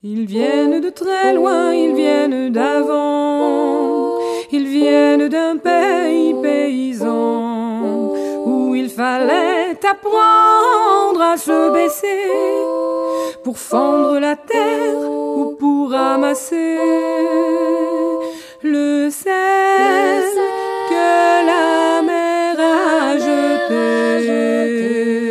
Ils viennent de très loin, ils viennent d'avant, ils viennent d'un pays paysan où il fallait apprendre à se baisser pour fendre la terre ou pour ramasser le sel que la mer a jeté.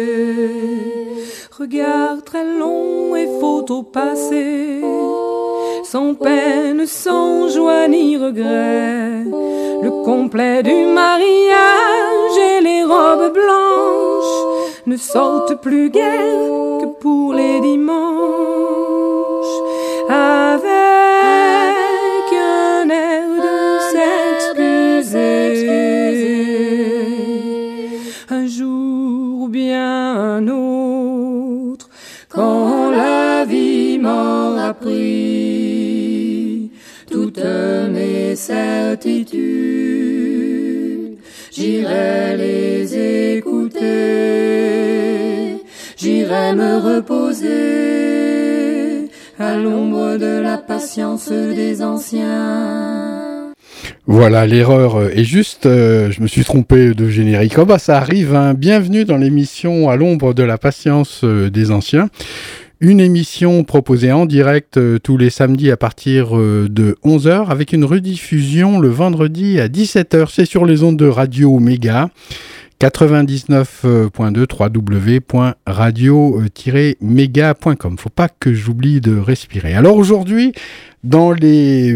Regard très long et faut au passé, sans peine, sans joie ni regret, le complet du mariage et les robes blanches ne sortent plus guère que pour les dimanches, avec un air de s'excuser, un jour ou bien un autre, quand la vie m'aura pris toutes mes certitudes, j'irai les écouter, j'irai me reposer à l'ombre de la patience des anciens. Voilà, l'erreur est juste, je me suis trompé de générique. Oh bah ça arrive, hein. Bienvenue dans l'émission À l'ombre de la patience des anciens. Une émission proposée en direct tous les samedis à partir de 11h avec une rediffusion le vendredi à 17h. C'est sur les ondes de Radio Méga 99.2 www.radio-méga.com. Faut pas que j'oublie de respirer. Alors aujourd'hui, dans les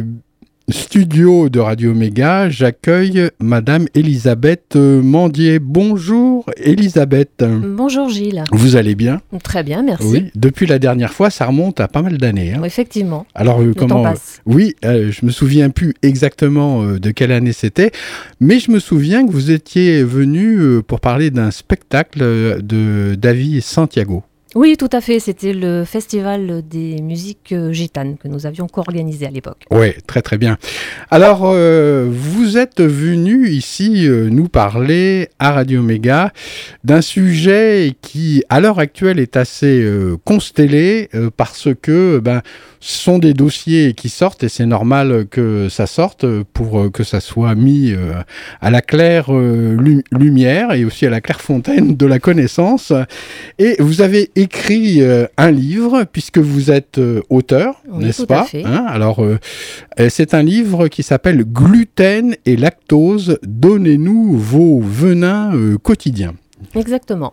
studio de Radio Méga, j'accueille Madame Elisabeth Mandier. Bonjour Elisabeth. Bonjour Gilles. Vous allez bien ? Très bien, merci. Oui, depuis la dernière fois, ça remonte à pas mal d'années. Hein. Oui, effectivement. Alors le temps passe. Oui, je me souviens plus exactement de quelle année c'était, mais je me souviens que vous étiez venu pour parler d'un spectacle de David Santiago. Oui, tout à fait. C'était le festival des musiques gitanes que nous avions co-organisé à l'époque. Oui, très très bien. Alors, vous êtes venu ici nous parler à Radio Méga d'un sujet qui, à l'heure actuelle, est assez constellé parce que ce sont des dossiers qui sortent et c'est normal que ça sorte pour que ça soit mis à la claire lumière et aussi à la claire fontaine de la connaissance. Et vous avez écrit un livre puisque vous êtes auteur, oui, n'est-ce tout pas, à fait. hein? Alors, c'est un livre qui s'appelle « Gluten et lactose, donnez-nous vos venins quotidiens ». Exactement.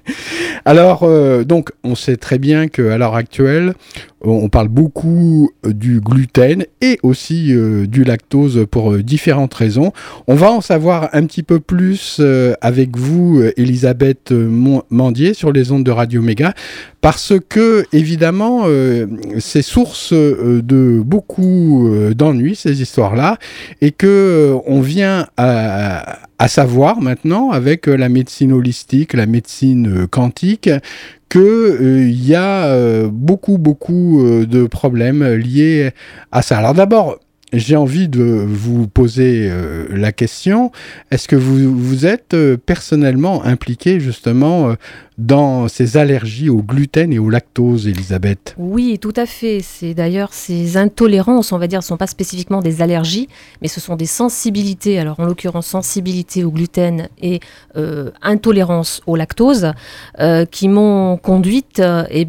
Alors, donc, on sait très bien qu'à l'heure actuelle, on parle beaucoup du gluten et aussi du lactose pour différentes raisons. On va en savoir un petit peu plus avec vous, Elisabeth Mandier, sur les ondes de Radio Méga, parce que, évidemment, c'est source de beaucoup d'ennuis, ces histoires-là, et que on vient à savoir maintenant, avec la médecine holistique, la médecine quantique, qu'il y a beaucoup de problèmes liés à ça. Alors d'abord, j'ai envie de vous poser la question, est-ce que vous êtes personnellement impliqué justement dans ces allergies au gluten et au lactose, Elisabeth ? Oui, tout à fait. C'est d'ailleurs ces intolérances, on va dire, ne sont pas spécifiquement des allergies, mais ce sont des sensibilités. Alors en l'occurrence, sensibilité au gluten et intolérance au lactose qui m'ont conduite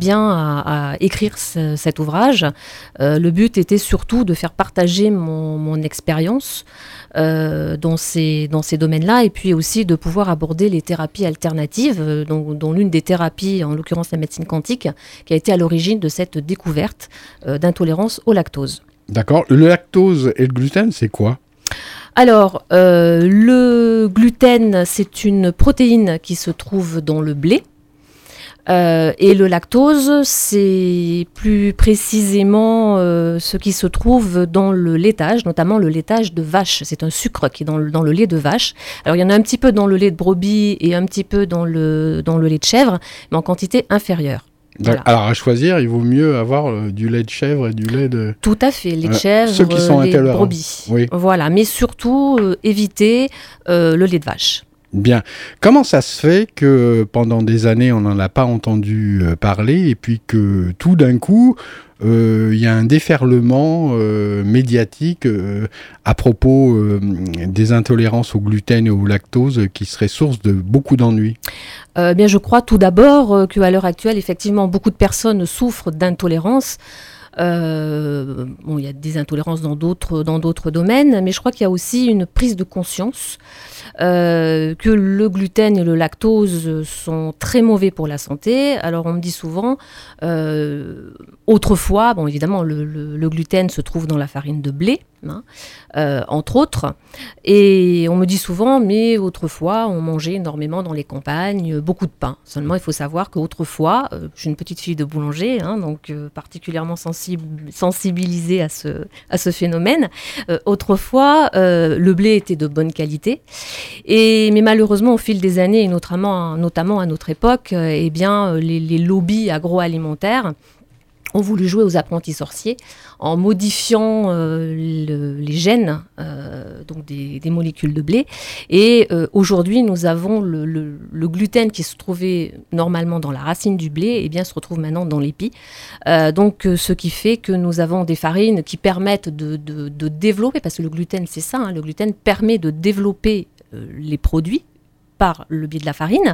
à écrire cet ouvrage. Le but était surtout de faire partager mon expérience dans ces domaines-là et puis aussi de pouvoir aborder les thérapies alternatives, dont l'une des thérapies, en l'occurrence la médecine quantique, qui a été à l'origine de cette découverte d'intolérance au lactose. D'accord. Le lactose et le gluten, c'est quoi ? Alors, le gluten, c'est une protéine qui se trouve dans le blé. Et le lactose, c'est plus précisément ce qui se trouve dans le laitage, notamment le laitage de vache. C'est un sucre qui est dans le lait de vache. Alors il y en a un petit peu dans le lait de brebis et un petit peu dans le lait de chèvre, mais en quantité inférieure. Voilà. Alors à choisir, il vaut mieux avoir du lait de chèvre et du lait de... Tout à fait, lait de chèvre, lait de brebis. Oui. Voilà, mais surtout éviter le lait de vache. Bien. Comment ça se fait que pendant des années, on n'en a pas entendu parler et puis que tout d'un coup, il y a un déferlement médiatique à propos des intolérances au gluten et au lactose qui serait source de beaucoup d'ennuis? Bien, je crois tout d'abord qu'à l'heure actuelle, effectivement, beaucoup de personnes souffrent d'intolérance. Il y a des intolérances dans d'autres domaines, mais je crois qu'il y a aussi une prise de conscience que le gluten et le lactose sont très mauvais pour la santé. Alors on me dit souvent, autrefois, évidemment le gluten se trouve dans la farine de blé, entre autres, et on me dit souvent, mais autrefois on mangeait énormément dans les campagnes, beaucoup de pain. Seulement il faut savoir qu'autrefois, je suis une petite fille de boulanger, donc particulièrement sensibilisée à ce phénomène, autrefois le blé était de bonne qualité, mais malheureusement au fil des années, et notamment à notre époque, les lobbies agroalimentaires ont voulu jouer aux apprentis sorciers en modifiant les gènes donc des molécules de blé. Et aujourd'hui, nous avons le gluten qui se trouvait normalement dans la racine du blé, se retrouve maintenant dans l'épi. Donc, ce qui fait que nous avons des farines qui permettent de développer, parce que le gluten, c'est ça, le gluten permet de développer les produits par le biais de la farine.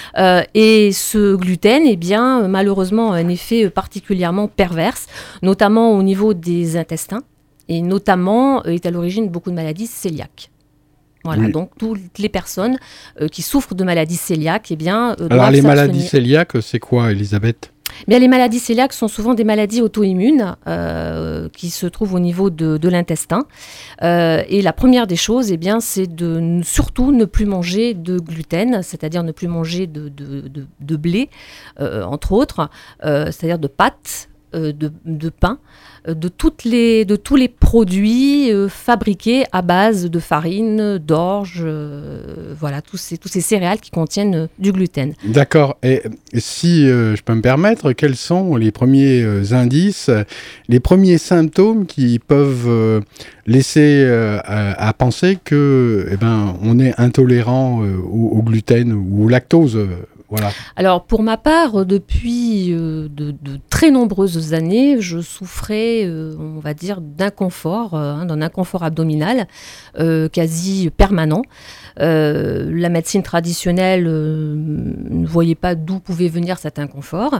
Et ce gluten, malheureusement, a un effet particulièrement perverse, notamment au niveau des intestins, et notamment est à l'origine de beaucoup de maladies cœliaques. Voilà, oui. Donc toutes les personnes qui souffrent de maladies cœliaques, doivent Alors les maladies cœliaques, c'est quoi, Elisabeth ? Les maladies cœliaques sont souvent des maladies auto-immunes qui se trouvent au niveau de l'intestin. Et la première des choses, c'est de surtout ne plus manger de gluten, c'est-à-dire ne plus manger de blé, entre autres, c'est-à-dire de pâtes, de pain, de tous les produits fabriqués à base de farine, d'orge, tous ces céréales qui contiennent du gluten. D'accord. Et si je peux me permettre, quels sont les premiers indices, les premiers symptômes qui peuvent laisser à penser que on est intolérant au gluten ou au lactose? Voilà. Alors pour ma part, depuis de très nombreuses années, je souffrais, on va dire, d'inconfort, d'un inconfort abdominal quasi permanent. La médecine traditionnelle ne voyait pas d'où pouvait venir cet inconfort.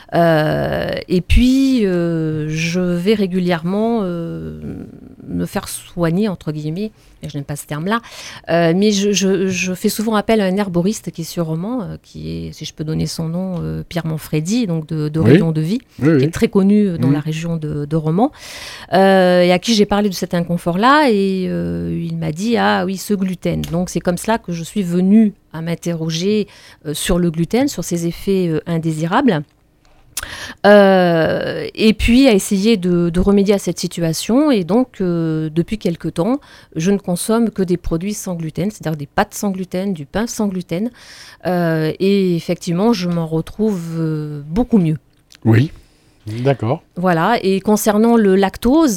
Et puis, je vais régulièrement me faire soigner, entre guillemets, je n'aime pas ce terme-là, mais je fais souvent appel à un herboriste qui est sur Romans, qui est, si je peux donner son nom, Pierre Manfredi, donc de Rayon de Vie, qui est très connu dans la région de Romans, et à qui j'ai parlé de cet inconfort-là, et il m'a dit « Ah oui, ce gluten ». Donc c'est comme cela que je suis venue à m'interroger sur le gluten, sur ses effets indésirables. Et puis à essayer de remédier à cette situation, et donc depuis quelque temps je ne consomme que des produits sans gluten, c'est-à-dire des pâtes sans gluten, du pain sans gluten, et effectivement je m'en retrouve beaucoup mieux. Oui, d'accord. Voilà, et concernant le lactose,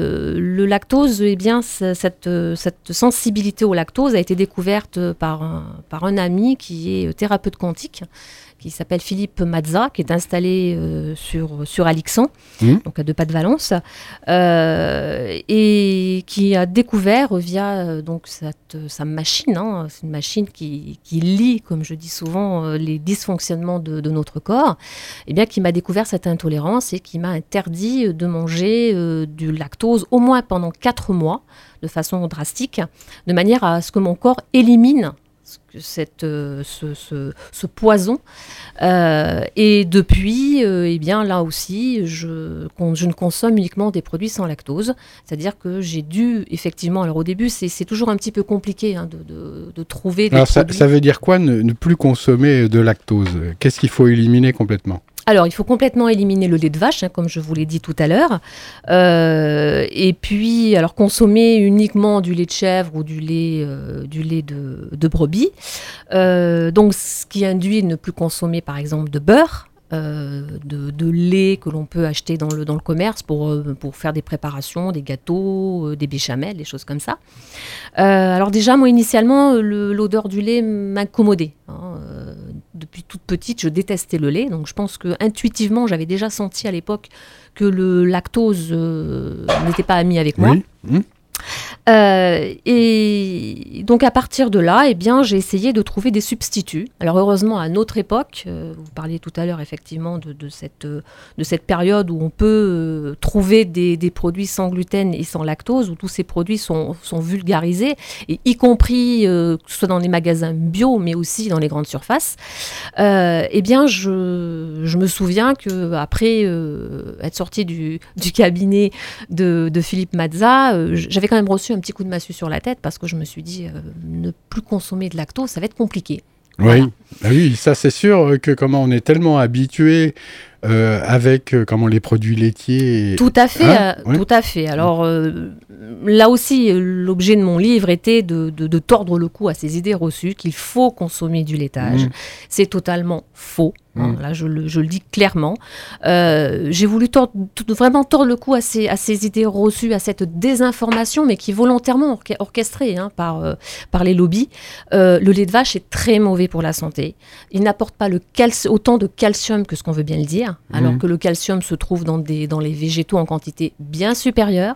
cette sensibilité au lactose a été découverte par un ami qui est thérapeute quantique, qui s'appelle Philippe Mazza, qui est installé sur Alixan, donc à 2 pas de Valence, et qui a découvert via sa machine, c'est une machine qui lit, comme je dis souvent, les dysfonctionnements de notre corps, qui m'a découvert cette intolérance et qui m'a interdit de manger du lactose au moins pendant 4 mois, de façon drastique, de manière à ce que mon corps élimine ce poison, et depuis là aussi je ne consomme uniquement des produits sans lactose, c'est-à-dire que j'ai dû effectivement, alors au début c'est toujours un petit peu compliqué de trouver des produits. Ça veut dire quoi ne plus consommer de lactose? Qu'est-ce qu'il faut éliminer complètement? Alors, il faut complètement éliminer le lait de vache, comme je vous l'ai dit tout à l'heure. Et puis, alors consommer uniquement du lait de chèvre ou du lait de brebis. Donc, ce qui induit ne plus consommer, par exemple, de beurre. de lait que l'on peut acheter dans le commerce pour faire des préparations, des gâteaux, des béchamels, des choses comme ça. Alors déjà, moi, initialement, l'odeur du lait m'incommodait. Depuis toute petite, je détestais le lait. Donc je pense qu'intuitivement, j'avais déjà senti à l'époque que le lactose n'était pas ami avec moi. Oui. Et donc à partir de là, j'ai essayé de trouver des substituts. Alors heureusement, à notre époque, vous parliez tout à l'heure effectivement de cette période où on peut trouver des produits sans gluten et sans lactose, où tous ces produits sont vulgarisés, et y compris que ce soit dans les magasins bio, mais aussi dans les grandes surfaces. Je me souviens qu'après être sortie du cabinet de Philippe Mazza, j'avais quand même reçu un petit coup de massue sur la tête parce que je me suis dit ne plus consommer de lactose, ça va être compliqué. Oui, Voilà. oui, ça c'est sûr que comment on est tellement habitué avec les produits laitiers. Tout à fait, Ouais. tout à fait. Alors là aussi, l'objet de mon livre était de tordre le cou à ces idées reçues qu'il faut consommer du laitage. C'est totalement faux. Là, je le dis clairement. J'ai voulu vraiment tordre le cou à ces idées reçues, à cette désinformation, mais qui est volontairement orchestrée par les lobbies. Le lait de vache est très mauvais pour la santé. Il n'apporte pas autant de calcium que ce qu'on veut bien le dire, alors que le calcium se trouve dans les végétaux en quantité bien supérieure.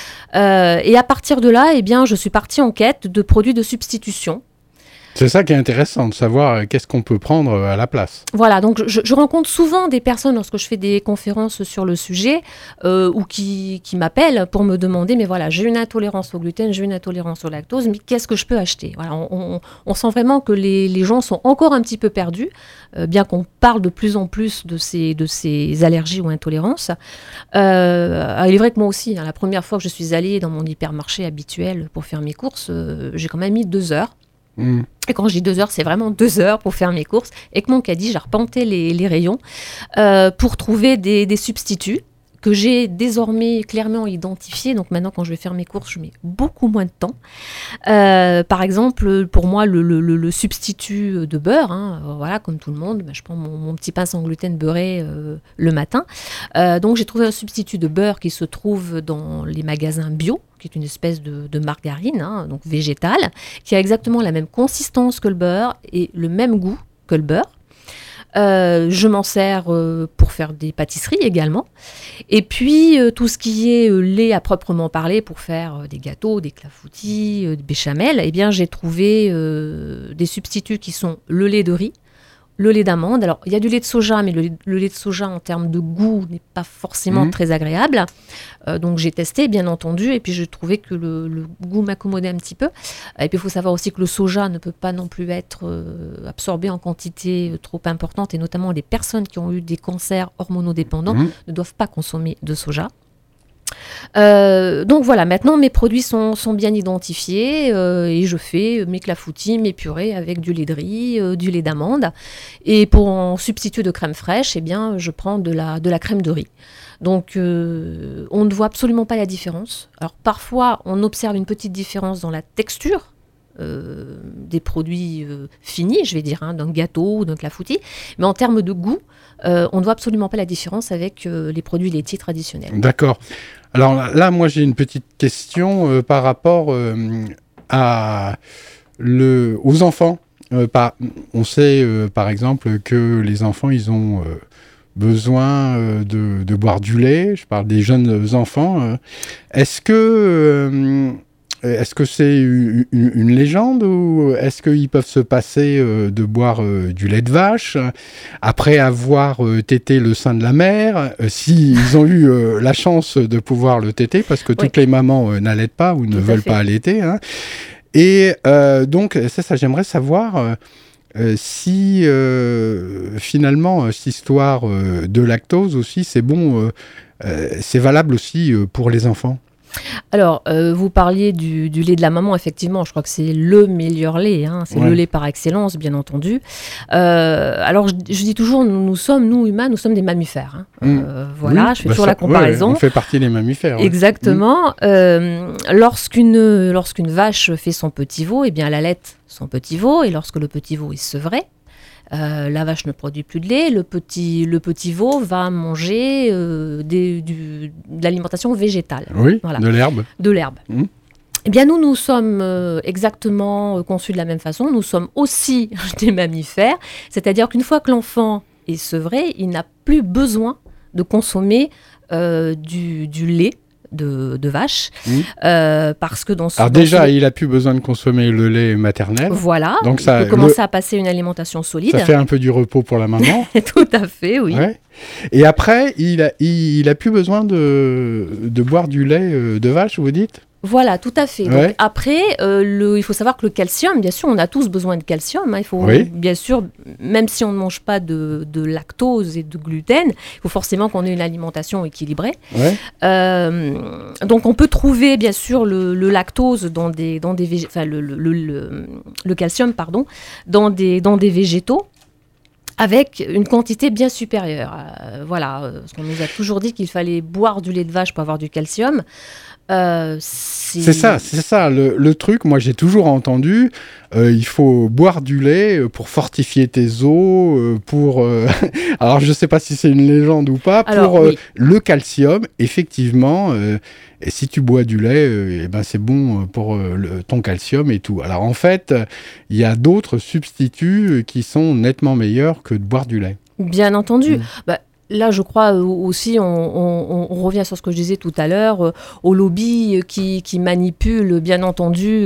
Et à partir de là, je suis partie en quête de produits de substitution. C'est ça qui est intéressant, de savoir qu'est-ce qu'on peut prendre à la place. Voilà, donc je rencontre souvent des personnes lorsque je fais des conférences sur le sujet ou qui m'appellent pour me demander, mais voilà, j'ai une intolérance au gluten, j'ai une intolérance au lactose, mais qu'est-ce que je peux acheter ? Voilà, on sent vraiment que les gens sont encore un petit peu perdus, bien qu'on parle de plus en plus de ces allergies ou intolérances. Il est vrai que moi aussi, la première fois que je suis allée dans mon hypermarché habituel pour faire mes courses, j'ai quand même mis 2 heures. Et quand je dis 2 heures, c'est vraiment 2 heures pour faire mes courses. Et que mon caddie, j'arpentais les rayons pour trouver des substituts que j'ai désormais clairement identifiés. Donc maintenant, quand je vais faire mes courses, je mets beaucoup moins de temps. Par exemple, pour moi, le substitut de beurre, voilà, comme tout le monde, je prends mon petit pain sans gluten beurré le matin. Donc j'ai trouvé un substitut de beurre qui se trouve dans les magasins bio, qui est une espèce de margarine, donc végétale, qui a exactement la même consistance que le beurre et le même goût que le beurre. Je m'en sers pour faire des pâtisseries également. Et puis, tout ce qui est lait à proprement parler, pour faire des gâteaux, des clafoutis, des béchamels, j'ai trouvé des substituts qui sont le lait de riz, le lait d'amande. Alors, il y a du lait de soja, mais le lait de soja, en termes de goût, n'est pas forcément très agréable. Donc, j'ai testé, bien entendu, et puis je trouvais que le goût m'accommodait un petit peu. Et puis, il faut savoir aussi que le soja ne peut pas non plus être absorbé en quantité trop importante, et notamment les personnes qui ont eu des cancers hormonodépendants ne doivent pas consommer de soja. Donc voilà, maintenant mes produits sont bien identifiés et je fais mes clafoutis, mes purées avec du lait de riz, du lait d'amande. Et pour en substitut de crème fraîche, je prends de la crème de riz. Donc on ne voit absolument pas la différence. Alors parfois on observe une petite différence dans la texture des produits finis, je vais dire, d'un gâteau ou d'un clafoutis, mais en termes de goût, on ne voit absolument pas la différence avec les produits laitiers traditionnels. D'accord. Alors là, moi j'ai une petite question par rapport aux enfants. On sait par exemple que les enfants, ils ont besoin de boire du lait. Je parle des jeunes enfants. Est-ce que c'est une légende ou est-ce qu'ils peuvent se passer de boire du lait de vache après avoir tété le sein de la mère, s'ils ont eu la chance de pouvoir le téter, parce que toutes les mamans n'allaitent pas ou ne veulent pas allaiter. Et donc, ça j'aimerais savoir si finalement cette histoire de lactose aussi, c'est bon, c'est valable aussi pour les enfants. Alors, vous parliez du lait de la maman, effectivement, je crois que c'est le meilleur lait, c'est le lait par excellence, bien entendu. Alors, je dis toujours, nous humains, nous sommes des mammifères. Voilà, je fais toujours la comparaison. On fait partie des mammifères. Exactement. Lorsqu'une vache fait son petit veau, elle allaite son petit veau, et lorsque le petit veau est sevré, La vache ne produit plus de lait, le petit veau va manger de l'alimentation végétale. Oui, voilà. De l'herbe. De l'herbe. Eh bien, nous sommes exactement conçus de la même façon. Nous sommes aussi des mammifères, c'est-à-dire qu'une fois que l'enfant est sevré, il n'a plus besoin de consommer du lait de vache, parce que Alors déjà, il n'a plus besoin de consommer le lait maternel. Voilà, donc il peut commencer à passer une alimentation solide. Ça fait un peu du repos pour la maman. Tout à fait, oui. Ouais. Et après, il a plus besoin de boire du lait de vache, vous dites ? Voilà, tout à fait. Ouais. Donc, après, il faut savoir que le calcium, bien sûr, on a tous besoin de calcium. Il faut, bien sûr, même si on ne mange pas de lactose et de gluten, il faut forcément qu'on ait une alimentation équilibrée. Ouais. Donc, on peut trouver, bien sûr, le lactose dans le calcium, pardon, dans des végétaux, avec une quantité bien supérieure. Parce qu'on nous a toujours dit qu'il fallait boire du lait de vache pour avoir du calcium. C'est ça. Le truc, moi j'ai toujours entendu, il faut boire du lait pour fortifier tes os, alors je sais pas si c'est une légende ou pas, le calcium, effectivement, et si tu bois du lait, c'est bon pour ton calcium et tout. Alors en fait, il y a d'autres substituts qui sont nettement meilleurs que de boire du lait. Bien entendu. Là, je crois aussi, on revient sur ce que je disais tout à l'heure, aux lobbies qui manipulent, bien entendu,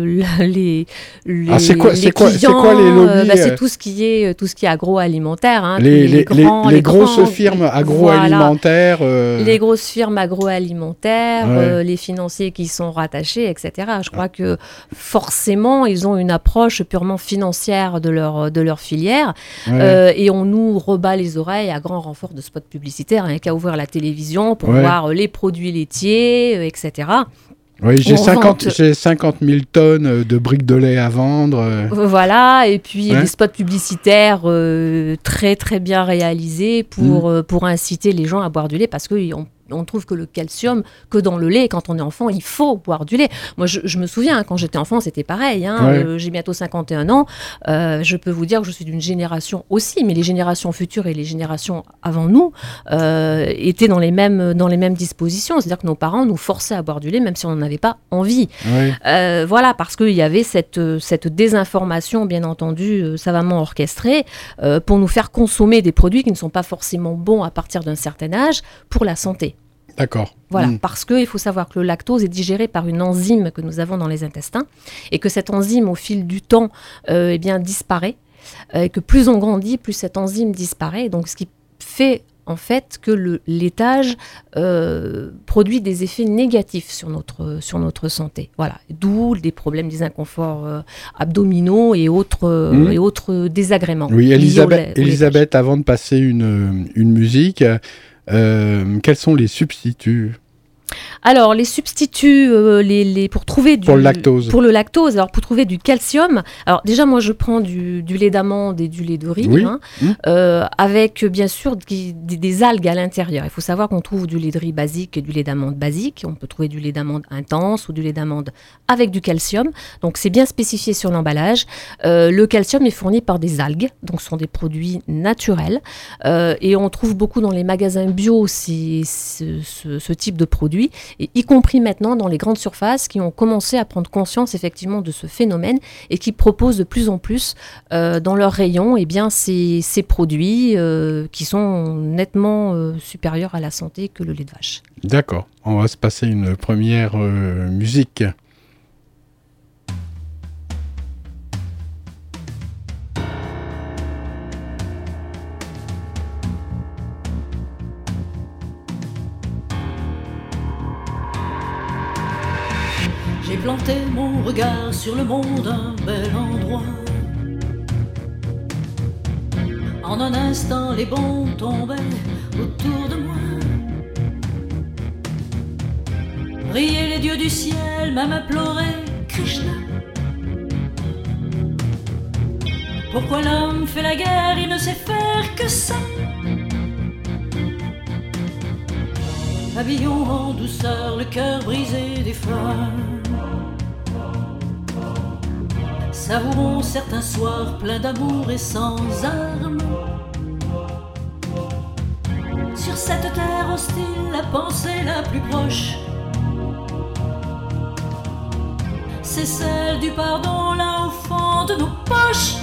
les c'est quoi les lobbies c'est tout ce qui est agroalimentaire. Hein, les grosses firmes agroalimentaires. Voilà. Les grosses firmes agroalimentaires, les financiers qui sont rattachés, etc. Je crois que forcément, ils ont une approche purement financière de leur filière, et on nous rebat les oreilles à grand renfort de spots publicitaires, rien qu'à ouvrir la télévision pour voir les produits laitiers, etc. Oui, j'ai 50 000 tonnes de briques de lait à vendre. Voilà, et puis des spots publicitaires très très bien réalisés pour inciter les gens à boire du lait, parce qu'on trouve que le calcium, que dans le lait, quand on est enfant, il faut boire du lait. Moi, je me souviens, quand j'étais enfant, c'était pareil. J'ai bientôt 51 ans. Je peux vous dire que je suis d'une génération aussi, mais les générations futures et les générations avant nous étaient dans les mêmes dispositions. C'est-à-dire que nos parents nous forçaient à boire du lait, même si on n'en avait pas envie. Parce qu'il y avait cette désinformation, bien entendu, savamment orchestrée, pour nous faire consommer des produits qui ne sont pas forcément bons à partir d'un certain âge pour la santé. D'accord. Voilà, parce qu'il faut savoir que le lactose est digéré par une enzyme que nous avons dans les intestins, et que cette enzyme, au fil du temps, disparaît, et que plus on grandit, plus cette enzyme disparaît. Donc, ce qui fait en fait que le laitage produit des effets négatifs sur notre santé. Voilà, d'où des problèmes, des inconforts abdominaux et autres désagréments. Oui, Elisabeth, avant de passer une musique, quels sont les substituts ? Alors, les substituts, pour trouver pour le lactose. Pour le lactose, alors pour trouver du calcium, alors déjà moi je prends du lait d'amande et du lait de riz, avec bien sûr des algues à l'intérieur. Il faut savoir qu'on trouve du lait de riz basique et du lait d'amande basique. On peut trouver du lait d'amande intense ou du lait d'amande avec du calcium. Donc c'est bien spécifié sur l'emballage. Le calcium est fourni par des algues, donc ce sont des produits naturels. Et on trouve beaucoup dans les magasins bio ce type de produits. Et y compris maintenant dans les grandes surfaces qui ont commencé à prendre conscience effectivement de ce phénomène et qui proposent de plus en plus dans leurs rayons ces produits qui sont nettement supérieurs à la santé que le lait de vache. D'accord, on va se passer une première musique. J'ai planté mon regard sur le monde, un bel endroit. En un instant, les bombes tombaient autour de moi. Riaient les dieux du ciel, même imploraient Krishna. Pourquoi l'homme fait la guerre, il ne sait faire que ça. Habillons en douceur le cœur brisé des fleurs. savourons certains soirs pleins d'amour et sans armes. Sur cette terre hostile, la pensée la plus proche, c'est celle du pardon là au fond de nos poches.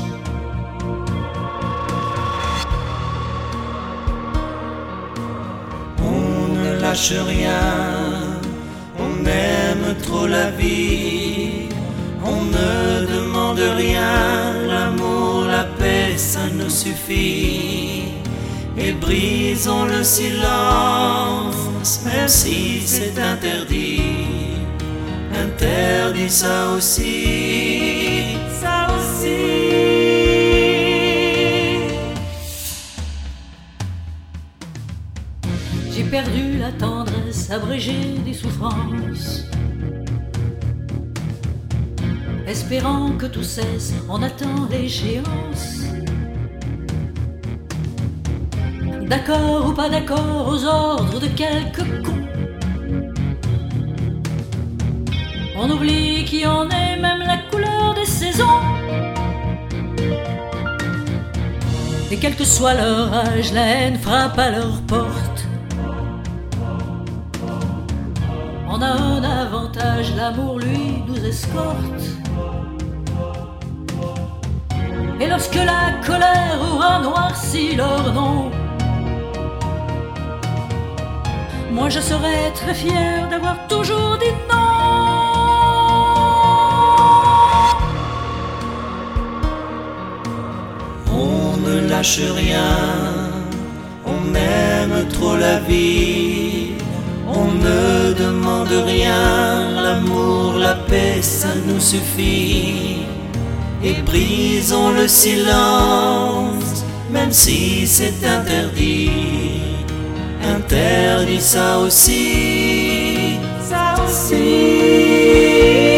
On ne lâche rien, on aime trop la vie, on ne demande rien, l'amour, la paix, ça nous suffit. Et brisons le silence, même si c'est interdit. Interdit ça aussi, ça aussi. J'ai perdu la tendresse, abrégé des souffrances, espérant que tout cesse, on attend l'échéance. D'accord ou pas d'accord aux ordres de quelques cons, on oublie qui en est, même la couleur des saisons. Et quel que soit leur âge, la haine frappe à leur porte. On a un avantage, l'amour lui nous escorte. Et lorsque la colère aura noirci leur nom, moi je serai très fier d'avoir toujours dit non. On ne lâche rien, on aime trop la vie, on ne demande rien, l'amour, la paix, ça nous suffit. Et brisons le silence, même si c'est interdit. Interdit ça aussi, ça aussi.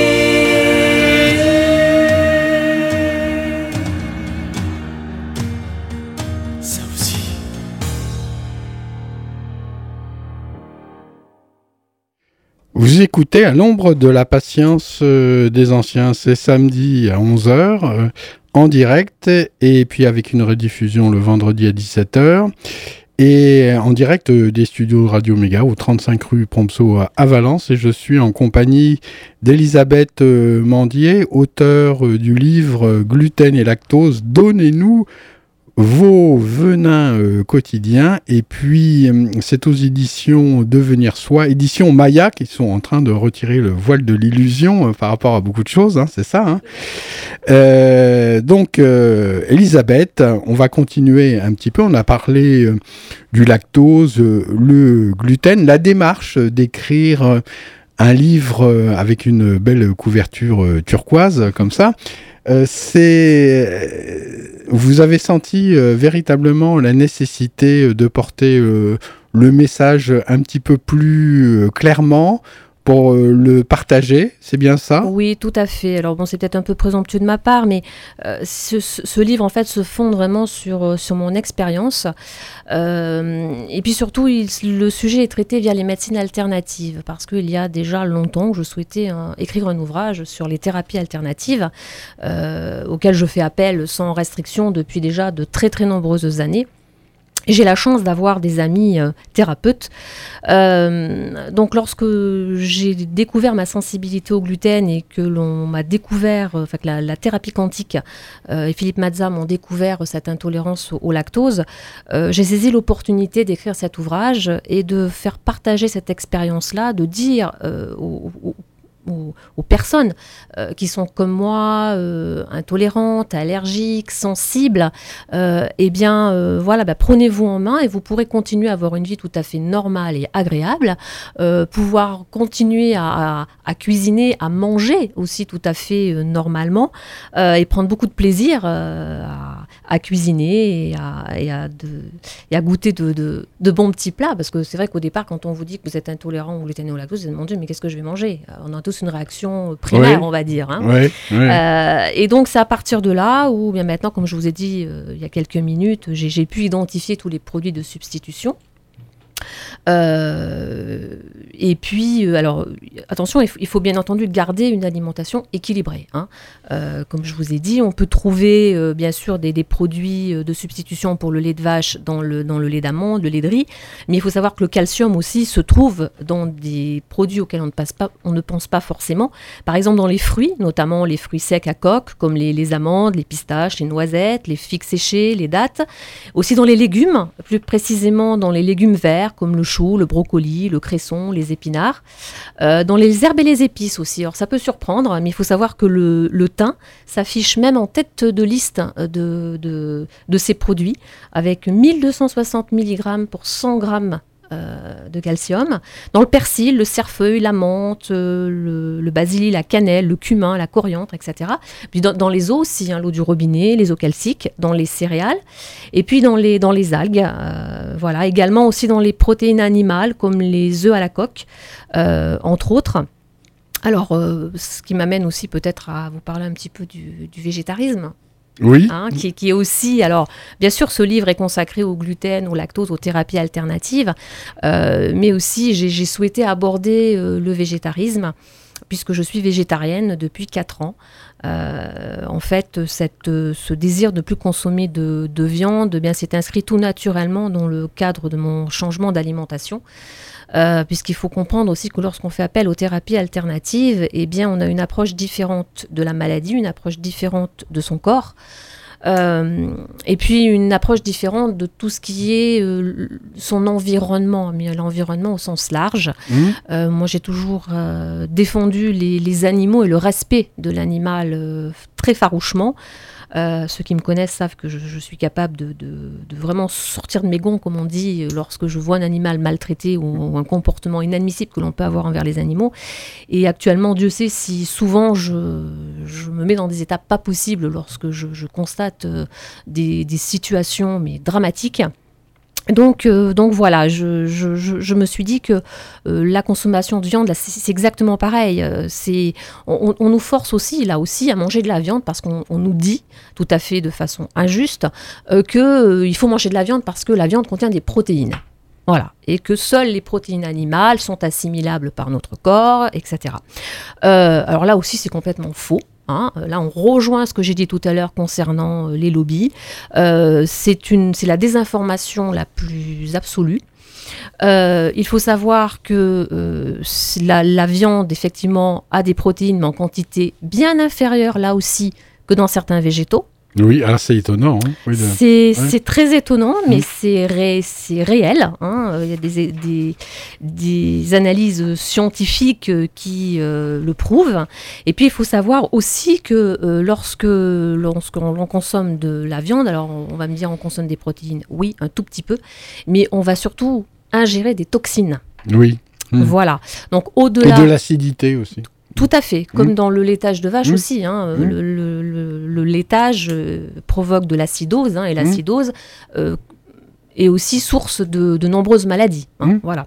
Ça aussi. Vous écoutez À l'ombre de la patience des anciens, c'est samedi à 11h en direct et puis avec une rediffusion le vendredi à 17h. Et en direct des studios Radio Méga au 35 rue Prompso à Valence. Et je suis en compagnie d'Elisabeth Mandier, auteure du livre Gluten et lactose. Donnez-nous vos venins quotidiens. Et puis, c'est aux éditions Devenir Soi, éditions Maya, qui sont en train de retirer le voile de l'illusion par rapport à beaucoup de choses, hein, c'est ça. Hein. Donc, Elisabeth, on va continuer un petit peu. On a parlé du lactose, le gluten, la démarche d'écrire un livre avec une belle couverture turquoise, comme ça. Vous avez senti véritablement la nécessité de porter le message un petit peu plus clairement pour le partager, c'est bien ça ? Oui, tout à fait. Alors bon, c'est peut-être un peu présomptueux de ma part, mais ce livre, en fait, se fonde vraiment sur mon expérience. Et puis surtout, le sujet est traité via les médecines alternatives, parce qu'il y a déjà longtemps que je souhaitais écrire un ouvrage sur les thérapies alternatives, auxquelles je fais appel sans restriction depuis déjà de très très nombreuses années. J'ai la chance d'avoir des amis thérapeutes. Donc, lorsque j'ai découvert ma sensibilité au gluten et que l'on m'a découvert, que la thérapie quantique et Philippe Mazza m'ont découvert cette intolérance au lactose, j'ai saisi l'opportunité d'écrire cet ouvrage et de faire partager cette expérience-là, de dire aux personnes qui sont comme moi, intolérantes, allergiques, sensibles, prenez-vous en main et vous pourrez continuer à avoir une vie tout à fait normale et agréable, pouvoir continuer à cuisiner, à manger aussi tout à fait normalement, et prendre beaucoup de plaisir à cuisiner et à goûter de bons petits plats, parce que c'est vrai qu'au départ, quand on vous dit que vous êtes intolérant au gluten et au lactose, vous vous demandez mais qu'est-ce que je vais manger ? On a tous une réaction primaire, on va dire. Hein. Oui. Et donc, c'est à partir de là où, bien maintenant, comme je vous ai dit il y a quelques minutes, j'ai pu identifier tous les produits de substitution. Et puis, alors, attention, il faut bien entendu garder une alimentation équilibrée. Comme je vous ai dit, on peut trouver bien sûr des produits de substitution pour le lait de vache dans le lait d'amande, le lait de riz, mais il faut savoir que le calcium aussi se trouve dans des produits auxquels on ne pense pas forcément. Par exemple, dans les fruits, notamment les fruits secs à coque, comme les amandes, les pistaches, les noisettes, les figues séchées, les dattes. Aussi dans les légumes, plus précisément dans les légumes verts, comme le chou, le brocoli, le cresson, les épinards. Dans les herbes et les épices aussi. Alors ça peut surprendre, mais il faut savoir que le thym s'affiche même en tête de liste de ces produits, avec 1260 mg pour 100 g de calcium. Dans le persil, le cerfeuil, la menthe, le basil, la cannelle, le cumin, la coriandre, etc. Puis dans les eaux aussi, l'eau du robinet, les eaux calciques, dans les céréales, et puis dans les algues. Voilà, également aussi dans les protéines animales, comme les œufs à la coque, entre autres. Alors, ce qui m'amène aussi peut-être à vous parler un petit peu du végétarisme. Oui. Qui est aussi, alors bien sûr ce livre est consacré au gluten, au lactose, aux thérapies alternatives, mais aussi j'ai souhaité aborder le végétarisme, puisque je suis végétarienne depuis 4 ans. En fait, ce désir de ne plus consommer de viande, bien, s'est inscrit tout naturellement dans le cadre de mon changement d'alimentation. Puisqu'il faut comprendre aussi que lorsqu'on fait appel aux thérapies alternatives, eh bien, on a une approche différente de la maladie, une approche différente de son corps, et puis une approche différente de tout ce qui est son environnement, mais l'environnement au sens large. Moi, j'ai toujours défendu les animaux et le respect de l'animal très farouchement. Ceux qui me connaissent savent que je suis capable de vraiment sortir de mes gonds, comme on dit, lorsque je vois un animal maltraité ou un comportement inadmissible que l'on peut avoir envers les animaux. Et actuellement, Dieu sait si souvent je me mets dans des états pas possibles lorsque je constate des situations mais dramatiques. Donc voilà, je me suis dit que la consommation de viande, là, c'est exactement pareil. On nous force aussi, là aussi, à manger de la viande parce qu'on nous dit, tout à fait de façon injuste, qu'il faut manger de la viande parce que la viande contient des protéines. Voilà, et que seules les protéines animales sont assimilables par notre corps, etc. Alors là aussi, c'est complètement faux. Là, on rejoint ce que j'ai dit tout à l'heure concernant les lobbies. C'est la désinformation la plus absolue. Il faut savoir que la viande, effectivement, a des protéines, mais en quantité bien inférieure, là aussi, que dans certains végétaux. Oui, alors c'est étonnant. Hein. Oui, c'est très étonnant, mais c'est réel. Il y a des analyses scientifiques qui le prouvent. Et puis, il faut savoir aussi que lorsqu'on consomme de la viande, alors on va me dire on consomme des protéines, oui, un tout petit peu, mais on va surtout ingérer des toxines. Oui. Voilà. Donc, au-delà... Et de l'acidité aussi. Tout à fait, comme dans le laitage de vache aussi. Le laitage provoque de l'acidose, et l'acidose est aussi source de nombreuses maladies. Voilà.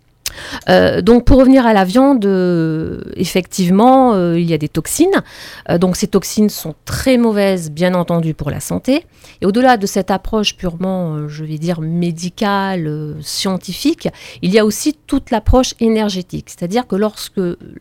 Donc pour revenir à la viande, effectivement, il y a des toxines. Donc ces toxines sont très mauvaises, bien entendu, pour la santé. Et au-delà de cette approche purement, je vais dire, médicale, scientifique, il y a aussi toute l'approche énergétique. C'est-à-dire que lorsque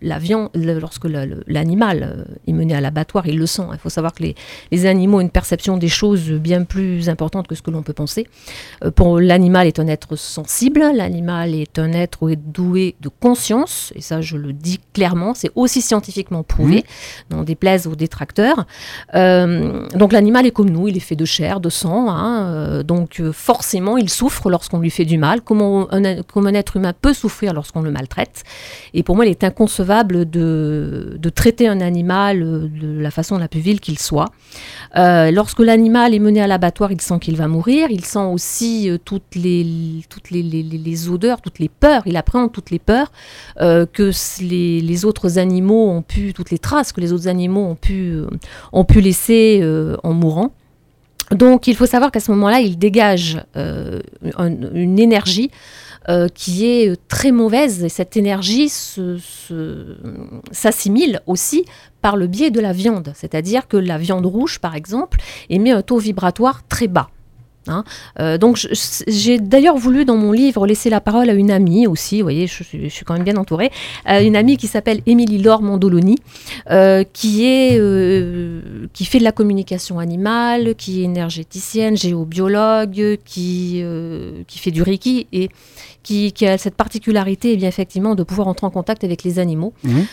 l'animal est mené à l'abattoir, il le sent. Il faut savoir que les animaux ont une perception des choses bien plus importante que ce que l'on peut penser. Pour l'animal est un être sensible, l'animal est un être doué de conscience, et ça je le dis clairement, c'est aussi scientifiquement prouvé, n'en déplaise aux détracteurs. Donc l'animal est comme nous, il est fait de chair, de sang, donc forcément il souffre lorsqu'on lui fait du mal, comme un être humain peut souffrir lorsqu'on le maltraite. Et pour moi il est inconcevable de traiter un animal de la façon la plus vile qu'il soit. Lorsque l'animal est mené à l'abattoir, il sent qu'il va mourir, il sent aussi toutes les odeurs, toutes les peurs, il appréhende toutes les peurs que les autres animaux ont pu, toutes les traces que les autres animaux ont pu laisser en mourant. Donc il faut savoir qu'à ce moment-là, il dégage une énergie qui est très mauvaise, et cette énergie s'assimile aussi par le biais de la viande. C'est-à-dire que la viande rouge, par exemple, émet un taux vibratoire très bas. Hein. Donc j'ai d'ailleurs voulu dans mon livre laisser la parole à une amie aussi, vous voyez, je suis quand même bien entourée, une amie qui s'appelle Émilie Laure Mondoloni, qui fait de la communication animale, qui est énergéticienne, géobiologue, qui fait du Reiki et qui a cette particularité eh bien, effectivement de pouvoir entrer en contact avec les animaux,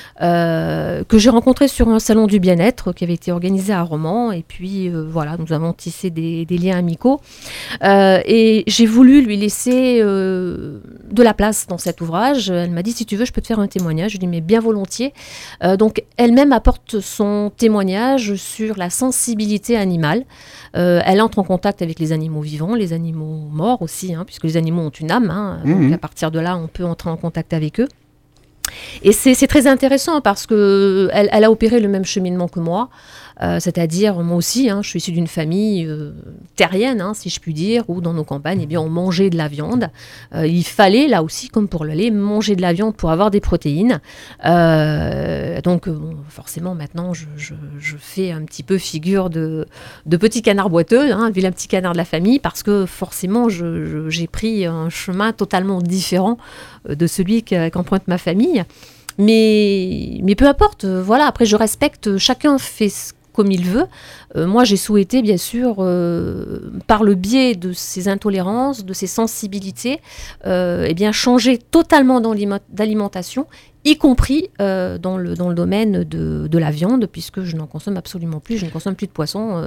que j'ai rencontré sur un salon du bien-être qui avait été organisé à Romans, et puis voilà, nous avons tissé des liens amicaux. Et j'ai voulu lui laisser de la place dans cet ouvrage. Elle m'a dit, si tu veux, je peux te faire un témoignage. Je lui ai dit, mais bien volontiers. Donc, elle-même apporte son témoignage sur la sensibilité animale. Elle entre en contact avec les animaux vivants, les animaux morts aussi, hein, puisque les animaux ont une âme. Hein, donc à partir de là, on peut entrer en contact avec eux. Et c'est très intéressant parce qu'elle a opéré le même cheminement que moi. C'est-à-dire, moi aussi, hein, je suis issue d'une famille terrienne, hein, si je puis dire, où dans nos campagnes, eh bien, on mangeait de la viande. Il fallait, là aussi, comme pour le lait, manger de la viande pour avoir des protéines. Donc, forcément, maintenant, je fais un petit peu figure de petit canard boiteux, hein, vilain petit canard de la famille, parce que forcément, j'ai pris un chemin totalement différent de celui qu'emprunte ma famille. Mais peu importe, voilà, après, je respecte, chacun fait comme il veut. Moi, j'ai souhaité, bien sûr, par le biais de ces intolérances, de ces sensibilités, eh bien, changer totalement d'alimentation, y compris dans le domaine de la viande, puisque je n'en consomme absolument plus. Je ne consomme plus de poisson.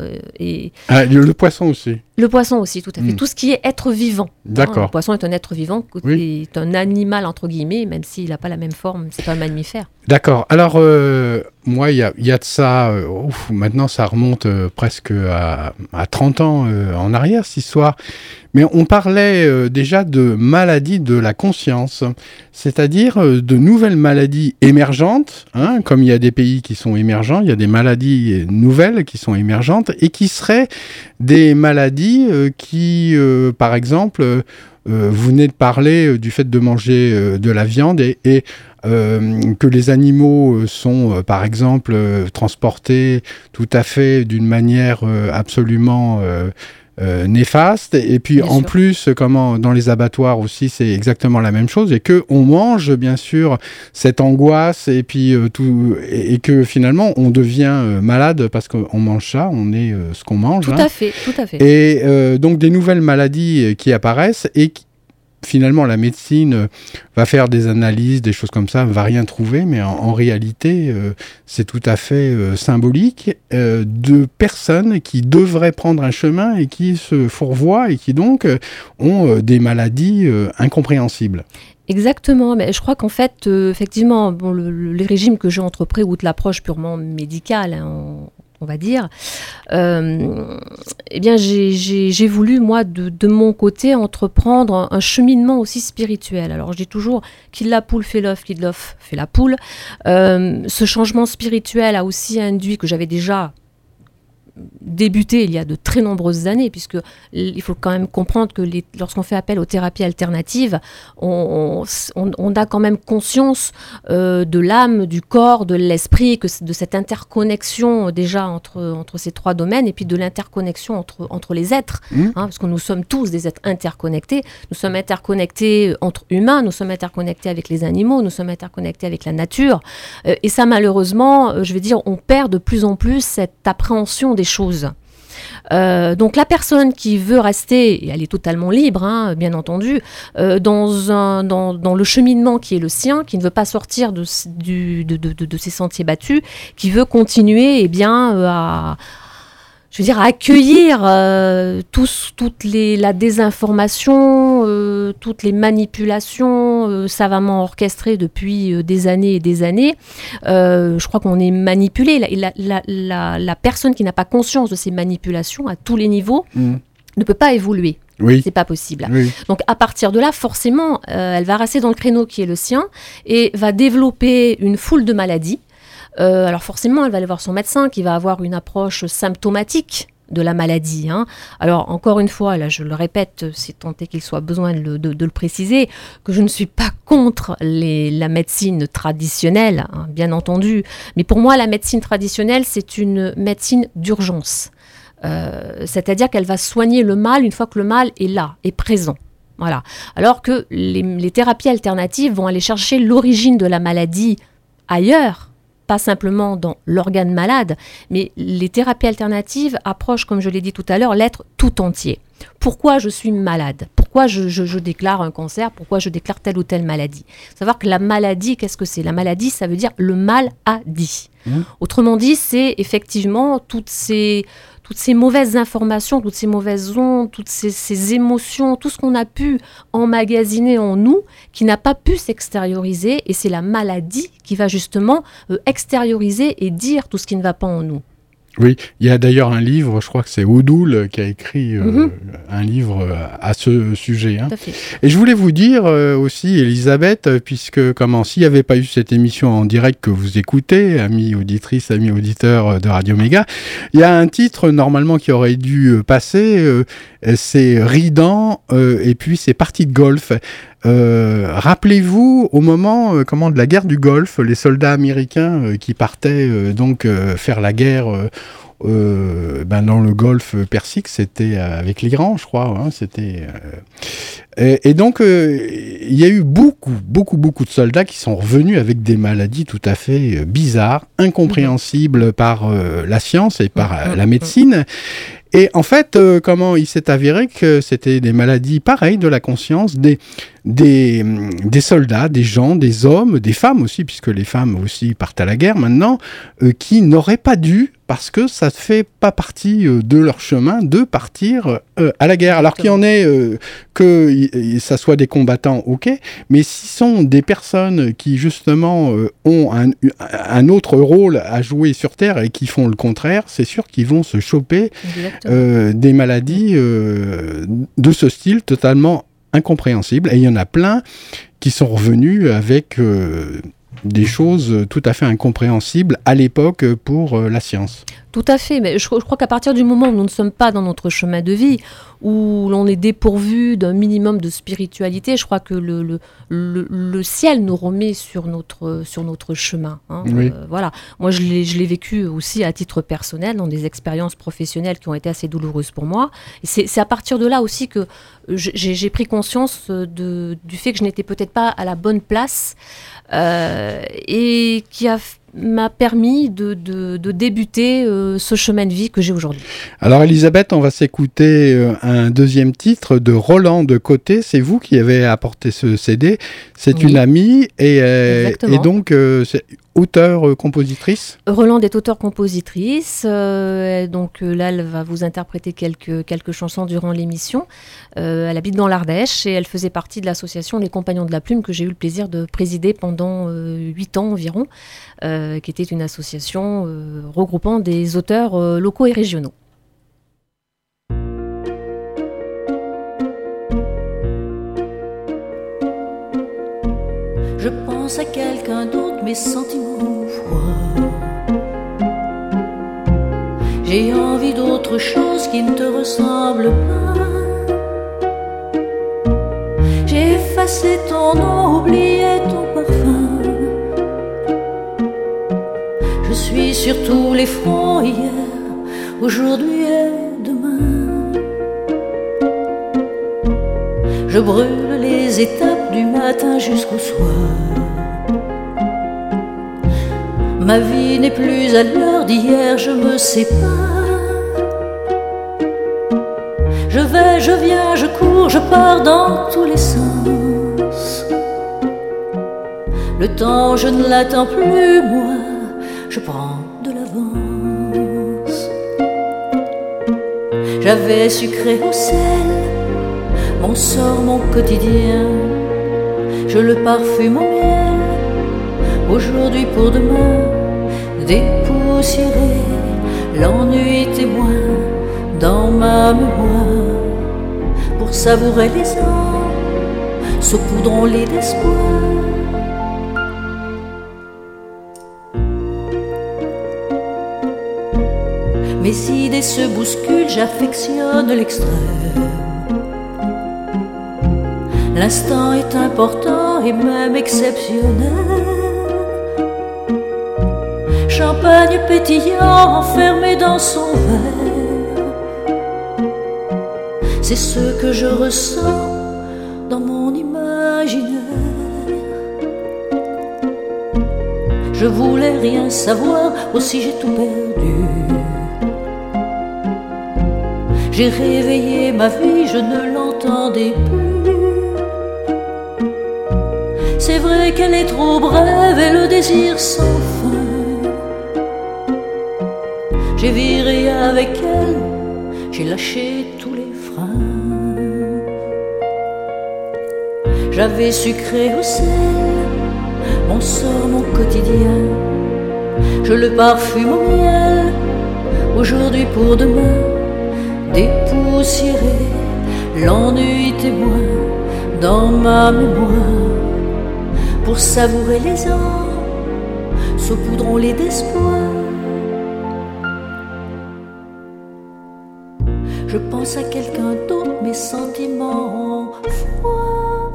Le poisson aussi. Le poisson aussi, tout à fait. Tout ce qui est être vivant. D'accord. Hein, le poisson est un être vivant, est un animal, entre guillemets, même s'il n'a pas la même forme, c'est pas un mammifère. D'accord. Alors, moi, il y a de ça, maintenant ça remonte presque à 30 ans en arrière, cette histoire. Mais on parlait déjà de maladies de la conscience, c'est-à-dire de nouvelles maladies émergentes, hein, comme il y a des pays qui sont émergents, il y a des maladies nouvelles qui sont émergentes et qui seraient des maladies qui, par exemple, vous venez de parler du fait de manger de la viande et que les animaux sont, par exemple, transportés tout à fait d'une manière absolument néfaste, et puis bien en sûr. Plus dans les abattoirs aussi c'est exactement la même chose, et que on mange bien sûr cette angoisse et puis tout, et que finalement on devient malade parce qu'on mange ça, on est ce qu'on mange. Tout à fait. Et donc des nouvelles maladies qui apparaissent et finalement, la médecine va faire des analyses, des choses comme ça, ne va rien trouver, mais en réalité, c'est tout à fait symbolique de personnes qui devraient prendre un chemin et qui se fourvoient et qui donc ont des maladies incompréhensibles. Exactement, mais je crois qu'en fait, effectivement, les régimes que j'ai entrepris, outre l'approche purement médicale, hein, on va dire, eh bien j'ai voulu, moi, de mon côté, entreprendre un cheminement aussi spirituel. Alors, je dis toujours, qui de la poule fait l'œuf, qui de l'œuf fait la poule. Ce changement spirituel a aussi induit que j'avais déjà débuté il y a de très nombreuses années, puisque il faut quand même comprendre que lorsqu'on fait appel aux thérapies alternatives, on a quand même conscience de l'âme, du corps, de l'esprit, de cette interconnexion déjà entre ces trois domaines, et puis de l'interconnexion entre les êtres, hein, parce que nous sommes tous des êtres interconnectés. Nous sommes interconnectés entre humains, nous sommes interconnectés avec les animaux, nous sommes interconnectés avec la nature, et ça, malheureusement, je vais dire, on perd de plus en plus cette appréhension des choses. Donc la personne qui veut rester, et elle est totalement libre, hein, bien entendu, dans le cheminement qui est le sien, qui ne veut pas sortir de ses sentiers battus, qui veut continuer à accueillir toute la désinformation, toutes les manipulations savamment orchestrées depuis des années et des années. Je crois qu'on est manipulé. La personne qui n'a pas conscience de ces manipulations à tous les niveaux ne peut pas évoluer. Oui. C'est pas possible. Oui. Donc à partir de là, forcément, elle va rester dans le créneau qui est le sien et va développer une foule de maladies. Alors forcément, elle va aller voir son médecin qui va avoir une approche symptomatique de la maladie. Hein. Alors encore une fois, là je le répète, c'est tant est qu'il soit besoin de le préciser, que je ne suis pas contre la médecine traditionnelle, hein, bien entendu. Mais pour moi, la médecine traditionnelle, c'est une médecine d'urgence. C'est-à-dire qu'elle va soigner le mal une fois que le mal est là, est présent. Voilà. Alors que les thérapies alternatives vont aller chercher l'origine de la maladie ailleurs, pas simplement dans l'organe malade, mais les thérapies alternatives approchent, comme je l'ai dit tout à l'heure, l'être tout entier. Pourquoi je suis malade ? Pourquoi je déclare un cancer ? Pourquoi je déclare telle ou telle maladie ? Il faut savoir que la maladie, qu'est-ce que c'est ? La maladie, ça veut dire le mal a dit. Autrement dit, c'est effectivement toutes ces mauvaises informations, toutes ces mauvaises ondes, toutes ces émotions, tout ce qu'on a pu emmagasiner en nous, qui n'a pas pu s'extérioriser, et c'est la maladie qui va justement extérioriser et dire tout ce qui ne va pas en nous. Oui, il y a d'ailleurs un livre, je crois que c'est Oudoul qui a écrit un livre à ce sujet. Hein. Tout à fait. Et je voulais vous dire aussi, Elisabeth, puisque s'il n'y avait pas eu cette émission en direct que vous écoutez, amis auditrices, amis auditeurs de Radio Méga, il y a un titre normalement qui aurait dû passer, c'est Ridan, et puis c'est Partie de golf. Rappelez-vous, au moment de la guerre du Golfe, les soldats américains qui partaient faire la guerre dans le Golfe Persique, c'était avec l'Iran, je crois. Hein, et donc, il y a eu beaucoup de soldats qui sont revenus avec des maladies tout à fait bizarres, incompréhensibles par la science et par la médecine. Et en fait, il s'est avéré que c'était des maladies pareilles de la conscience des soldats, des gens, des hommes, des femmes aussi, puisque les femmes aussi partent à la guerre maintenant, qui n'auraient pas dû, parce que ça ne fait pas partie de leur chemin de partir à la guerre. Alors qu'il y en ait que ça soit des combattants, ok, mais s'ils sont des personnes qui justement ont un autre rôle à jouer sur Terre et qui font le contraire, c'est sûr qu'ils vont se choper des maladies de ce style totalement incompréhensibles. Et il y en a plein qui sont revenus avec des choses tout à fait incompréhensibles à l'époque pour la science. Tout à fait, mais je crois qu'à partir du moment où nous ne sommes pas dans notre chemin de vie, où l'on est dépourvu d'un minimum de spiritualité, je crois que le ciel nous remet sur notre chemin. Hein. Oui. Voilà. Moi, je l'ai vécu aussi à titre personnel, dans des expériences professionnelles qui ont été assez douloureuses pour moi. Et c'est à partir de là aussi que j'ai pris conscience du fait que je n'étais peut-être pas à la bonne place et qui m'a permis de débuter ce chemin de vie que j'ai aujourd'hui. Alors Elisabeth, on va s'écouter un deuxième titre de Roland de Côté. C'est vous qui avez apporté ce CD. C'est une amie et donc c'est auteure-compositrice. Roland est auteure-compositrice. Donc là, elle va vous interpréter quelques chansons durant l'émission. Elle habite dans l'Ardèche et elle faisait partie de l'association Les Compagnons de la Plume que j'ai eu le plaisir de présider pendant 8 ans environ, qui était une association regroupant des auteurs locaux et régionaux. Je pense à quelqu'un d'autre, mes sentiments froids. J'ai envie d'autre chose qui ne te ressemble pas. J'ai effacé ton nom, oublié ton parfum. Je suis sur tous les fronts, hier, aujourd'hui et demain. Je brûle les étapes du matin jusqu'au soir. Ma vie n'est plus à l'heure d'hier, je me sépare. Je vais, je viens, je cours, je pars dans tous les sens. Le temps, je ne l'attends plus, moi, je prends de l'avance. J'avais sucré au sel mon sort, mon quotidien. Je le parfume au miel, aujourd'hui pour demain. Dépoussiéré, l'ennui témoin dans ma mémoire. Pour savourer les ans, saupoudrons-les d'espoir. Mes idées se bousculent, j'affectionne l'extrême. L'instant est important et même exceptionnel. Champagne pétillant enfermé dans son verre. c'est ce que je ressens dans mon imaginaire. Je voulais rien savoir, aussi j'ai tout perdu. J'ai réveillé ma vie, je ne l'entendais plus. C'est vrai qu'elle est trop brève et le désir sans fin. J'ai viré avec elle, j'ai lâché tous les freins. J'avais sucré au sel mon sort, mon quotidien. Je le parfume au miel, aujourd'hui pour demain. Dépoussiéré, l'ennui témoin dans ma mémoire. Pour savourer les ans, saupoudrons-les d'espoir. Je pense à quelqu'un d'autre, mes sentiments en froid.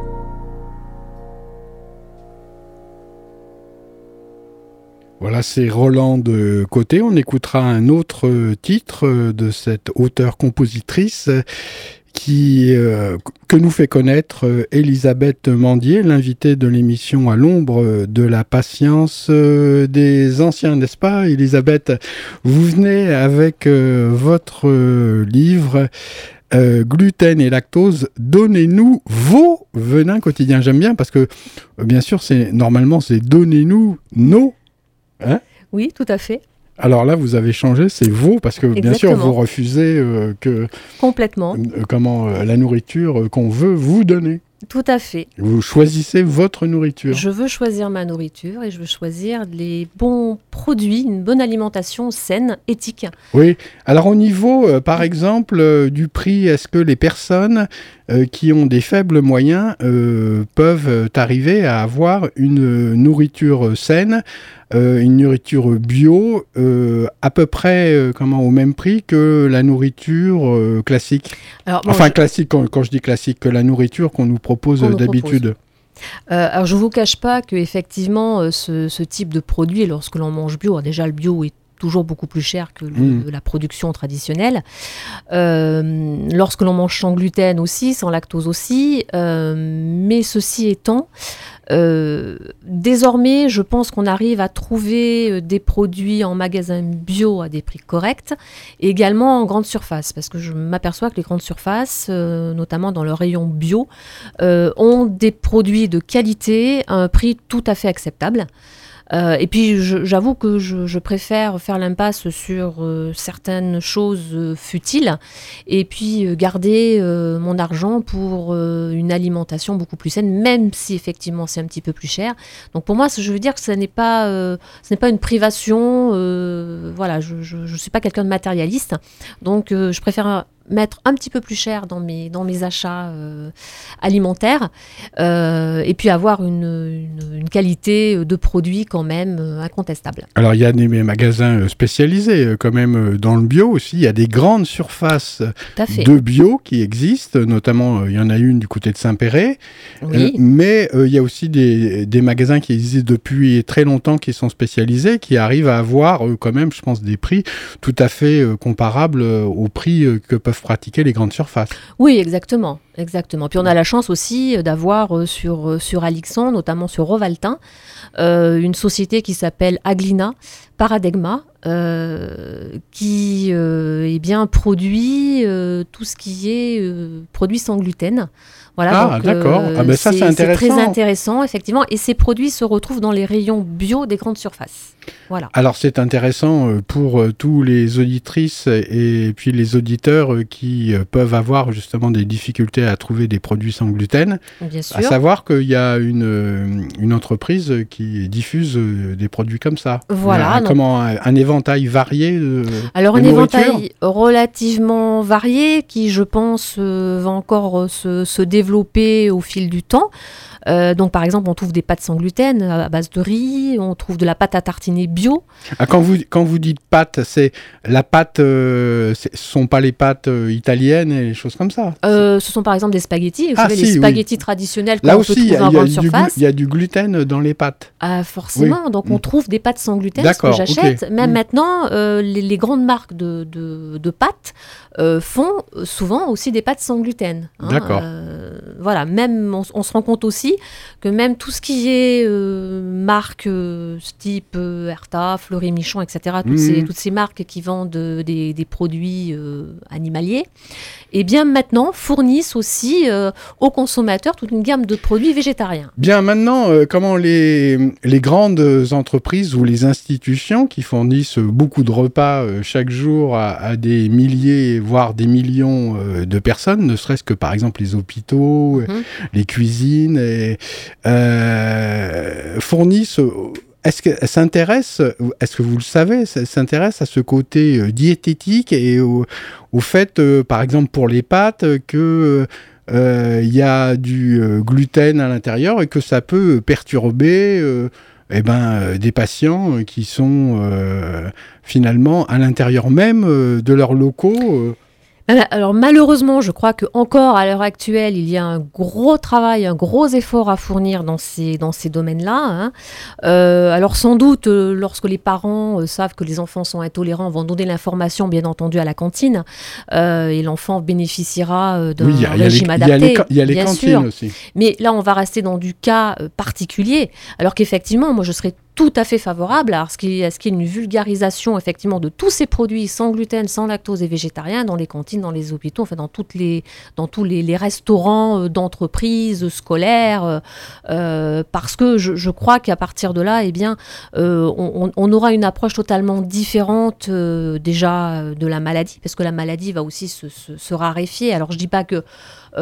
Voilà, c'est Roland de Côté. On écoutera un autre titre de cette auteure-compositrice que nous fait connaître Elisabeth Mandier, l'invitée de l'émission À l'ombre de la patience des anciens, n'est-ce pas, Elisabeth? Vous venez avec votre livre Gluten et lactose, donnez-nous vos venins quotidiens. J'aime bien parce que, bien sûr, normalement, c'est donnez-nous nos... Hein? Oui, tout à fait. Alors là, vous avez changé, c'est vos, parce que bien sûr, vous refusez complètement la nourriture qu'on veut vous donner. Tout à fait. Vous choisissez votre nourriture. Je veux choisir ma nourriture et je veux choisir les bons produits, une bonne alimentation saine, éthique. Oui. Alors au niveau, par exemple, du prix, est-ce que les personnes qui ont des faibles moyens peuvent arriver à avoir une nourriture saine, une nourriture bio, à peu près au même prix que la nourriture classique? Alors, bon, classique, quand je dis classique, que la nourriture qu'on nous propose d'habitude. Alors je ne vous cache pas qu'effectivement, ce type de produit, lorsque l'on mange bio, déjà le bio est toujours beaucoup plus cher que la production traditionnelle. Lorsque l'on mange sans gluten aussi, sans lactose aussi, mais ceci étant, désormais, je pense qu'on arrive à trouver des produits en magasin bio à des prix corrects, et également en grande surface, parce que je m'aperçois que les grandes surfaces, notamment dans le rayon bio, ont des produits de qualité à un prix tout à fait acceptable. Et puis j'avoue que je préfère faire l'impasse sur certaines choses futiles et puis garder mon argent pour une alimentation beaucoup plus saine, même si effectivement c'est un petit peu plus cher. Donc pour moi, je veux dire que ce n'est pas une privation. Voilà, je ne suis pas quelqu'un de matérialiste, donc je préfère mettre un petit peu plus cher dans mes achats alimentaires et puis avoir une qualité de produit quand même incontestable. Alors il y a des magasins spécialisés quand même dans le bio aussi, il y a des grandes surfaces de bio qui existent, notamment il y en a une du côté de Saint-Péret, oui. Mais il y a aussi des magasins qui existent depuis très longtemps qui sont spécialisés, qui arrivent à avoir quand même, je pense, des prix tout à fait comparables aux prix que peuvent pratiquer les grandes surfaces. Oui, exactement. Puis on a la chance aussi d'avoir sur Alixan, notamment sur Rovaltin, une société qui s'appelle Aglina Paradigma, qui produit tout ce qui est produit sans gluten. Voilà, donc, d'accord. Ça, c'est intéressant. C'est très intéressant, effectivement. Et ces produits se retrouvent dans les rayons bio des grandes surfaces. Voilà. Alors, c'est intéressant pour tous les auditrices et puis les auditeurs qui peuvent avoir justement des difficultés à trouver des produits sans gluten. Bien sûr. À savoir qu'il y a une entreprise qui diffuse des produits comme ça. Voilà. Un éventail varié de Alors, un éventail relativement varié qui, je pense, va encore se développer au fil du temps. Donc par exemple, on trouve des pâtes sans gluten à base de riz, on trouve de la pâte à tartiner bio. Quand vous dites pâte, c'est la pâte, ce sont pas les pâtes italiennes et les choses comme ça. Ce sont par exemple des spaghettis, les spaghettis traditionnels qu'on peut trouver en grande surface. Il y a du gluten dans les pâtes. Forcément, oui. Donc on trouve des pâtes sans gluten, D'accord, ce que j'achète, même maintenant, les grandes marques de pâtes font souvent aussi des pâtes sans gluten. D'accord. Voilà, même on se rend compte aussi que même tout ce qui est marque type Herta, Fleury Michon, etc., toutes ces marques qui vendent des produits animaliers, et bien maintenant fournissent aussi aux consommateurs toute une gamme de produits végétariens. Bien, maintenant, comment les grandes entreprises ou les institutions qui fournissent beaucoup de repas chaque jour à des milliers, voire des millions de personnes, ne serait-ce que par exemple les hôpitaux, les cuisines, fournissent... Est-ce qu'elle s'intéresse, est-ce que vous le savez, s'intéresse à ce côté diététique et au fait, par exemple pour les pâtes, que y a du gluten à l'intérieur et que ça peut perturber des patients qui sont finalement à l'intérieur même de leurs locaux. Alors malheureusement, je crois qu'encore à l'heure actuelle, il y a un gros travail, un gros effort à fournir dans ces domaines-là. Alors sans doute, lorsque les parents savent que les enfants sont intolérants, vont donner l'information, bien entendu, à la cantine, et l'enfant bénéficiera d'un régime adapté. Il y a les cantines sûr. aussi. Mais là, on va rester dans du cas particulier, alors qu'effectivement, moi, je serais tout à fait favorable à ce qu'il y ait une vulgarisation effectivement de tous ces produits sans gluten, sans lactose et végétariens dans les cantines, dans les hôpitaux, enfin dans tous les restaurants d'entreprises scolaires, parce que je crois qu'à partir de là, on aura une approche totalement différente déjà de la maladie, parce que la maladie va aussi se raréfier. Alors je dis pas que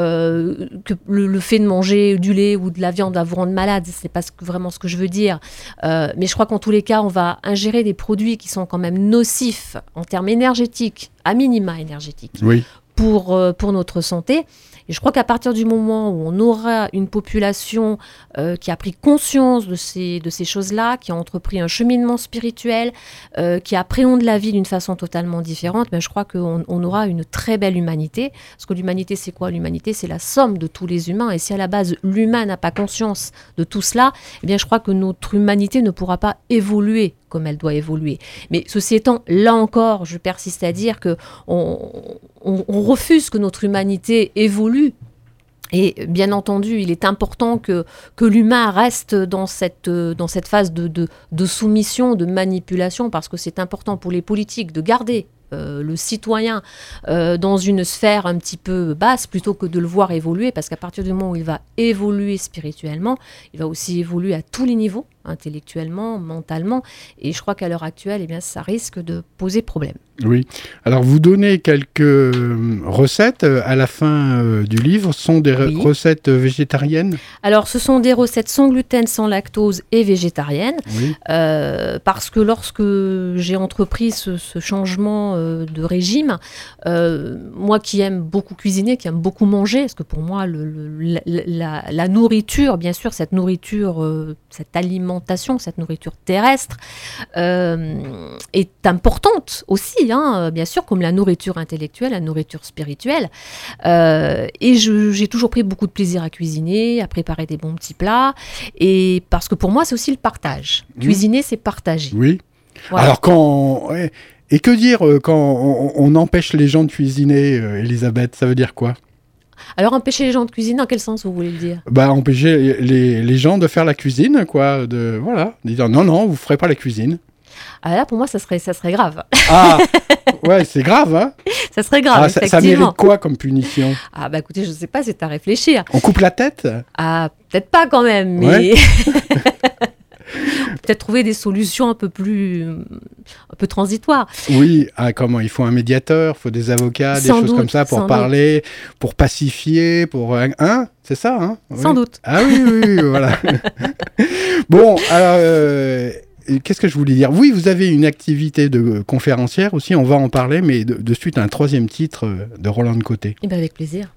le fait de manger du lait ou de la viande va vous rendre malade, c'est pas vraiment ce que je veux dire. Mais je crois qu'en tous les cas, on va ingérer des produits qui sont quand même nocifs en termes énergétiques, à minima énergétiques, pour notre santé. Et je crois qu'à partir du moment où on aura une population qui a pris conscience de ces choses-là, qui a entrepris un cheminement spirituel, qui appréhende la vie d'une façon totalement différente, je crois qu'on aura une très belle humanité. Parce que l'humanité, c'est quoi ? L'humanité, c'est la somme de tous les humains. Et si à la base, l'humain n'a pas conscience de tout cela, je crois que notre humanité ne pourra pas évoluer comme elle doit évoluer. Mais ceci étant, là encore, je persiste à dire qu'on refuse que notre humanité évolue. Et bien entendu, il est important que l'humain reste dans cette phase de soumission, de manipulation, parce que c'est important pour les politiques de garder le citoyen dans une sphère un petit peu basse plutôt que de le voir évoluer, parce qu'à partir du moment où il va évoluer spirituellement, il va aussi évoluer à tous les niveaux, intellectuellement, mentalement, et je crois qu'à l'heure actuelle, ça risque de poser problème. Oui. Alors, vous donnez quelques recettes à la fin du livre. Ce sont des recettes végétariennes ? Alors, ce sont des recettes sans gluten, sans lactose et végétariennes. Oui. Parce que lorsque j'ai entrepris ce changement de régime, moi qui aime beaucoup cuisiner, qui aime beaucoup manger, parce que pour moi, la nourriture, bien sûr, cette nourriture, cette alimentation, cette nourriture terrestre est importante aussi, bien sûr, comme la nourriture intellectuelle, la nourriture spirituelle. Et j'ai toujours pris beaucoup de plaisir à cuisiner, à préparer des bons petits plats. Et parce que pour moi, c'est aussi le partage. Cuisiner, c'est partager. Oui. Voilà. Alors et que dire quand on empêche les gens de cuisiner, Elisabeth, ça veut dire quoi ? Alors, empêcher les gens de cuisiner, dans quel sens vous voulez le dire ? Empêcher les gens de faire la cuisine, quoi. Dire non, vous ne ferez pas la cuisine. Ah là, pour moi, ça serait grave. Ah, ouais, c'est grave, hein ? Ça serait grave, effectivement. Ça mérite quoi comme punition ? Ah, écoutez, je ne sais pas, c'est à réfléchir. On coupe la tête ? Ah, peut-être pas quand même, mais... Ouais. Peut-être trouver des solutions un peu transitoires. Oui, comment ? Il faut un médiateur, il faut des avocats, des choses comme ça pour parler, pour pacifier, c'est ça, hein ? Sans doute. Ah oui, voilà. Bon, alors... qu'est-ce que je voulais dire ? Oui, vous avez une activité de conférencière aussi, on va en parler, mais de suite un troisième titre de Rolande Côté. Avec plaisir.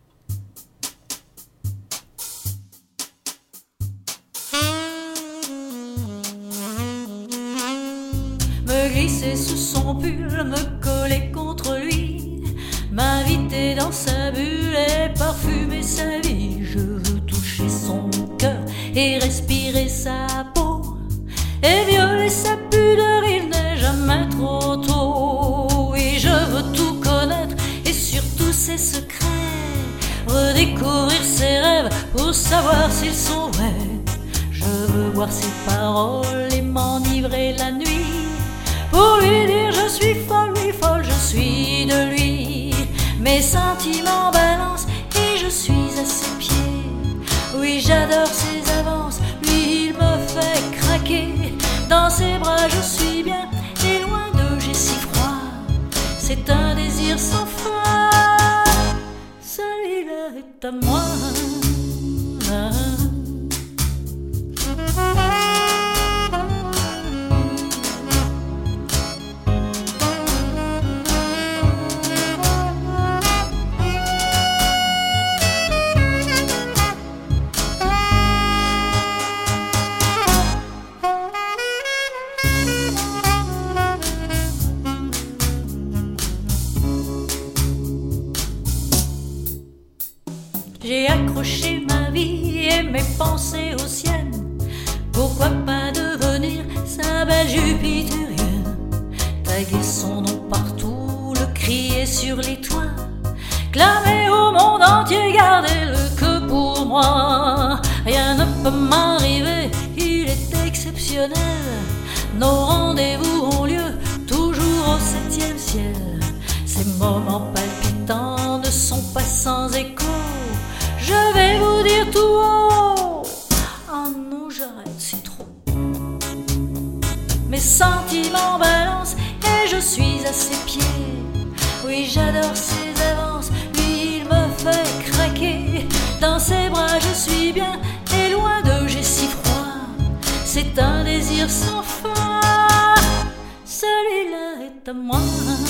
Me glisser sous son pull, me coller contre lui, m'inviter dans sa bulle et parfumer sa vie. Je veux toucher son cœur et respirer sa peau, et violer sa pudeur, il n'est jamais jamais trop tôt. Oui, je veux tout connaître et surtout ses secrets, redécouvrir ses rêves pour savoir s'ils sont vrais. Je veux voir ses paroles et m'enivrer la nuit, pour lui dire je suis folle, oui folle, je suis de lui. Mes sentiments balancent et je suis à ses pieds. Oui, j'adore ses avances, lui il me fait craquer. Dans ses bras je suis bien, et loin d'eux j'ai si froid. C'est un désir sans fin, celui-là est à moi. J'ai accroché ma vie et mes pensées aux siennes. Pourquoi pas devenir sa belle jupitérienne, taguer son nom partout, le crier sur les toits, clamer au monde entier, gardez-le que pour moi. Rien ne peut m'arriver, il est exceptionnel. Nos rendez-vous ont lieu toujours au 7e ciel. Ces moments palpitants ne sont pas sans écho. Je vais vous dire tout haut, oh non j'arrête, c'est trop. Mes sentiments balancent et je suis à ses pieds. Oui, j'adore ses avances, lui il me fait craquer. Dans ses bras je suis bien, et loin d'eux j'ai si froid. C'est un désir sans fin, celui-là est à moi.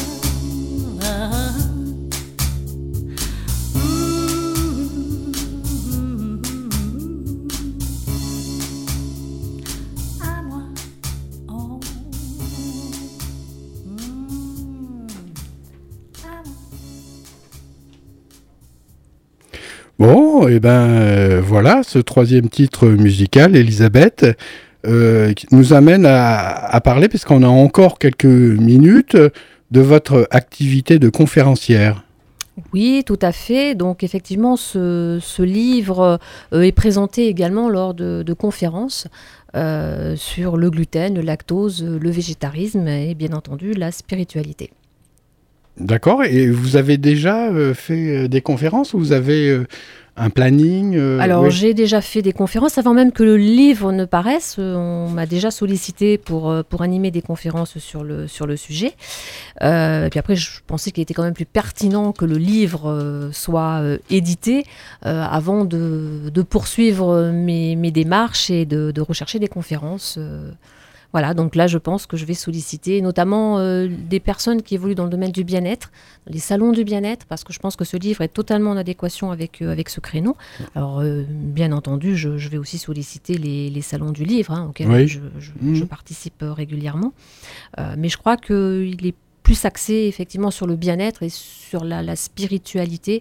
Bon, et voilà, ce troisième titre musical, Elisabeth, nous amène à parler, puisqu'on a encore quelques minutes, de votre activité de conférencière. Oui, tout à fait. Donc effectivement, ce livre est présenté également lors de conférences sur le gluten, le lactose, le végétarisme et bien entendu la spiritualité. D'accord, et vous avez déjà fait des conférences ou vous avez un planning Alors oui. j'ai déjà fait des conférences avant même que le livre ne paraisse. On m'a déjà sollicité pour animer des conférences sur le sujet. Et puis après, je pensais qu'il était quand même plus pertinent que le livre soit édité avant de poursuivre mes démarches et de rechercher des conférences. Voilà, donc là, je pense que je vais solliciter notamment des personnes qui évoluent dans le domaine du bien-être, les salons du bien-être, parce que je pense que ce livre est totalement en adéquation avec ce créneau. Alors, bien entendu, je vais aussi solliciter les salons du livre, auxquels oui. je participe régulièrement. Mais je crois qu'il est plus axé effectivement sur le bien-être et sur la spiritualité.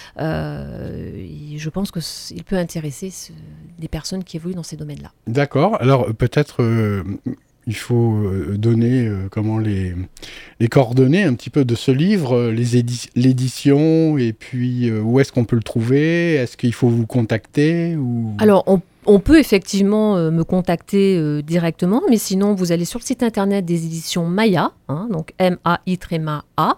Et je pense qu'il peut intéresser des personnes qui évoluent dans ces domaines-là. D'accord. Alors peut-être il faut donner les coordonnées un petit peu de ce livre, l'édition, et puis où est-ce qu'on peut le trouver? Est-ce qu'il faut vous contacter ou... Alors, on peut effectivement me contacter directement, mais sinon, vous allez sur le site internet des éditions Maya, donc M-A-I-A,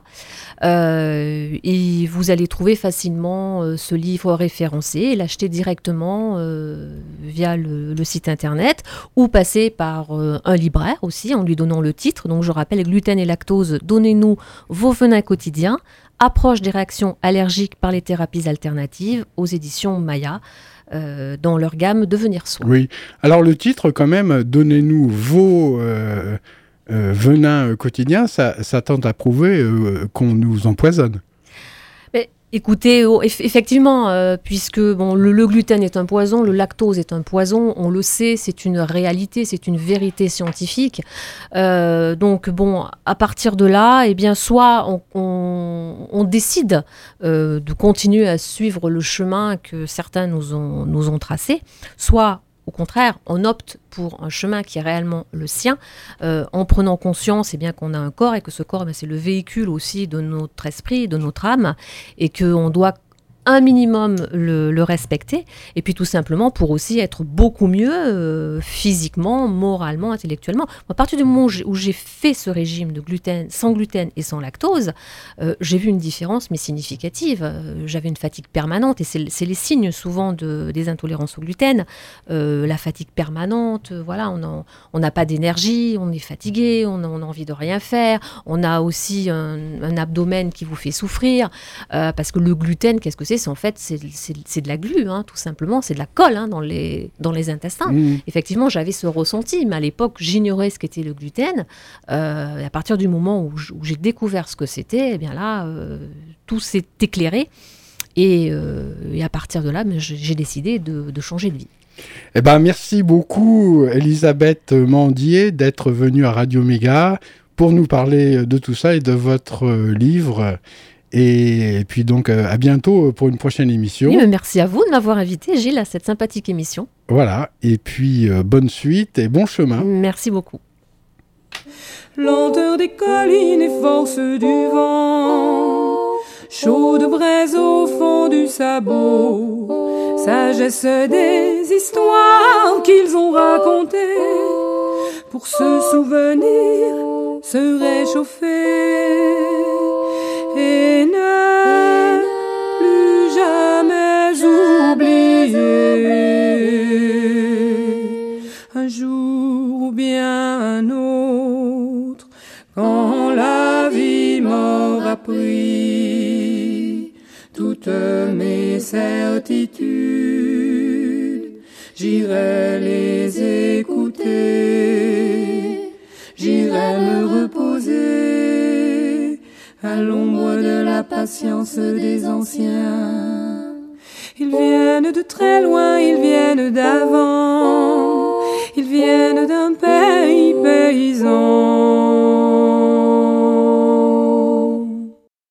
et vous allez trouver facilement ce livre référencé et l'acheter directement via le site internet, ou passer par un libraire aussi, en lui donnant le titre. Donc, je rappelle, gluten et lactose, donnez-nous vos venins quotidiens, approche des réactions allergiques par les thérapies alternatives, aux éditions Maya. Dans leur gamme Devenir Soi. Oui, alors le titre quand même, donnez-nous vos venins quotidiens, ça tente à prouver qu'on nous empoisonne. Mais, écoutez, effectivement, puisque le gluten est un poison, le lactose est un poison, on le sait, c'est une réalité, c'est une vérité scientifique. Donc, à partir de là, eh bien, soit on décide de continuer à suivre le chemin que certains nous ont tracé, soit Au contraire, on opte pour un chemin qui est réellement le sien, en prenant conscience bien qu'on a un corps et que ce corps, c'est le véhicule aussi de notre esprit, de notre âme, et qu'on doit un minimum le respecter, et puis tout simplement pour aussi être beaucoup mieux physiquement, moralement, intellectuellement. À partir du moment où j'ai fait ce régime de gluten, sans gluten et sans lactose, j'ai vu une différence, mais significative. J'avais une fatigue permanente, et c'est les signes souvent des intolérances au gluten. La fatigue permanente, voilà, on n'a pas d'énergie, on est fatigué, on a envie de rien faire, on a aussi un abdomen qui vous fait souffrir, parce que le gluten, qu'est-ce que c'est en fait, c'est de la glu, hein, tout simplement, c'est de la colle dans les intestins. Effectivement, j'avais ce ressenti, mais à l'époque, j'ignorais ce qu'était le gluten. À partir du moment où j'ai découvert ce que c'était, eh bien là, tout s'est éclairé. Et à partir de là, j'ai décidé de changer de vie. Eh ben, merci beaucoup, Elisabeth Mandier, d'être venue à Radio Méga pour nous parler de tout ça et de votre livre. Et puis donc, à bientôt pour une prochaine émission. Oui, merci à vous de m'avoir invité, Gilles, à cette sympathique émission. Voilà, et puis bonne suite et bon chemin. Merci beaucoup. Lenteur des collines et force du vent, chaude braise au fond du sabot, sagesse des histoires qu'ils ont racontées, pour se souvenir, se réchauffer, et ne plus jamais oublier un jour ou bien un autre, quand la vie m'aura pris toutes mes certitudes, j'irai les écouter, j'irai me reposer à l'ombre de la patience des anciens. Ils viennent de très loin, ils viennent d'avant.